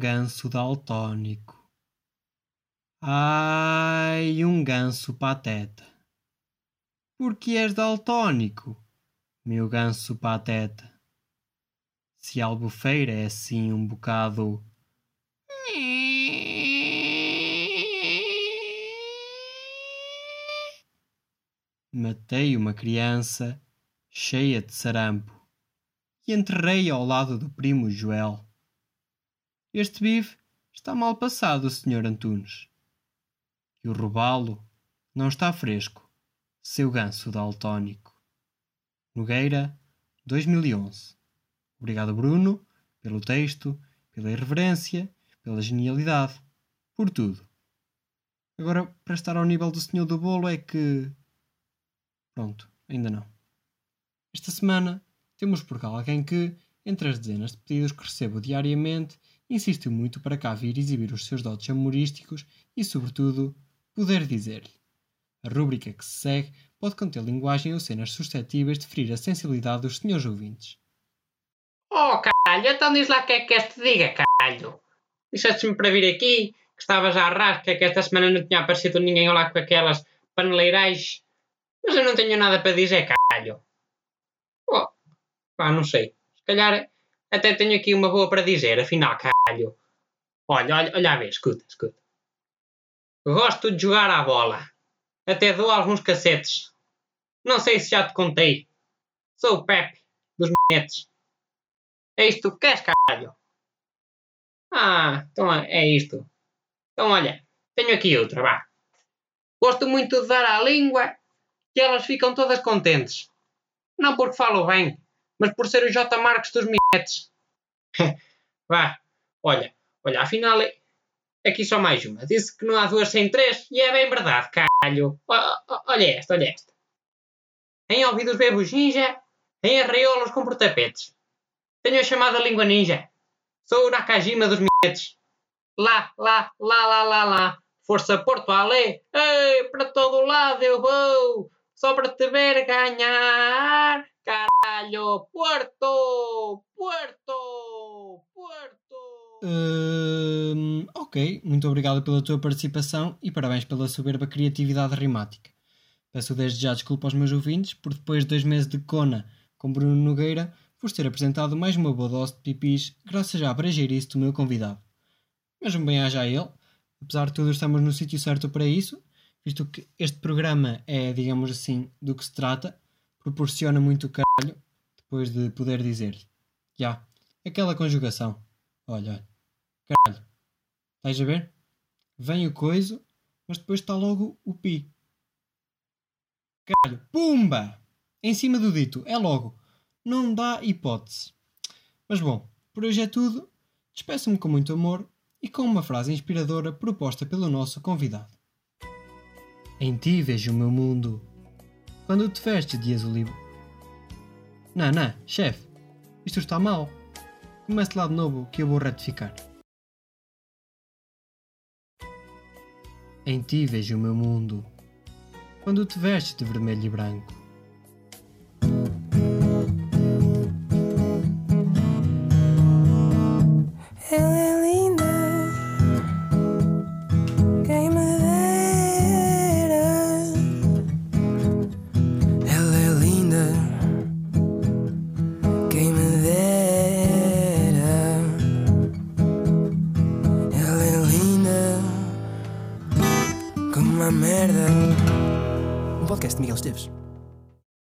ganso daltónico. Ai, um ganso pateta. Por que és daltónico, meu ganso pateta? Se a albufeira é assim um bocado... Matei uma criança cheia de sarampo e enterrei ao lado do primo Joel. Este bife está mal passado, Sr. Antunes. E o robalo não está fresco, seu ganso daltónico. Nogueira, 2011. Obrigado, Bruno, pelo texto, pela irreverência, pela genialidade, por tudo. Agora, para estar ao nível do senhor do bolo é que... Pronto, ainda não. Esta semana temos por cá alguém que, entre as dezenas de pedidos que recebo diariamente, insistiu muito para cá vir exibir os seus dotes humorísticos e, sobretudo, poder dizer-lhe. A rúbrica que se segue pode conter linguagem ou cenas suscetíveis de ferir a sensibilidade dos senhores ouvintes. Oh, caralho, então diz lá o que é que queres te diga, caralho. Disseste-me para vir aqui, que estavas à rasca, que esta semana não tinha aparecido ninguém lá com aquelas paneleirais. Mas eu não tenho nada para dizer, caralho. Oh, pá, não sei. Se calhar até tenho aqui uma boa para dizer, afinal, caralho. Olha a ver, escuta. Gosto de jogar à bola. Até dou alguns cacetes. Não sei se já te contei. Sou o Pepe, dos metes. É isto que queres, caralho? Ah, então é isto. Então olha, tenho aqui outra, vá. Gosto muito de dar à língua que elas ficam todas contentes. Não porque falo bem, mas por ser o J. Marques dos metes. Vá, olha, afinal aqui só mais uma. Disse que não há duas sem três e é bem verdade, caralho. Olha esta. Em ouvidos bebo ginja, em arraiolos compro tapetes. Tenho a chamada língua ninja. Sou o Nakajima dos metes. Lá. Força Porto Ale. Ei, para todo lado eu vou. Só para te ver ganhar. Caralho, Porto. Ok, muito obrigado pela tua participação e parabéns pela soberba criatividade rimática. Peço desde já desculpa aos meus ouvintes por depois de 2 meses de cona com Bruno Nogueira vos ter apresentado mais uma boa dose de pipis graças à brejeirice do meu convidado. Mas um bem-aja a ele. Apesar de tudo, estamos no sítio certo para isso, visto que este programa é, digamos assim, do que se trata, proporciona muito caralho, depois de poder dizer-lhe. Aquela conjugação. Olha, caralho. Estás a ver? Vem o coiso, mas depois está logo o pi. Caralho, pumba! Em cima do dito, é logo. Não dá hipótese. Mas bom, por hoje é tudo. Despeço-me com muito amor e com uma frase inspiradora proposta pelo nosso convidado. Em ti vejo o meu mundo, quando te vestes de azul e... Não, chefe, isto está mal. Comece lá de novo que eu vou retificar. Em ti vejo o meu mundo, quando te vestes de vermelho e branco. Ela é linda, quem me dera. Ela é linda, quem me dera. Ela é linda, como uma merda. Um podcast de Miguel Esteves.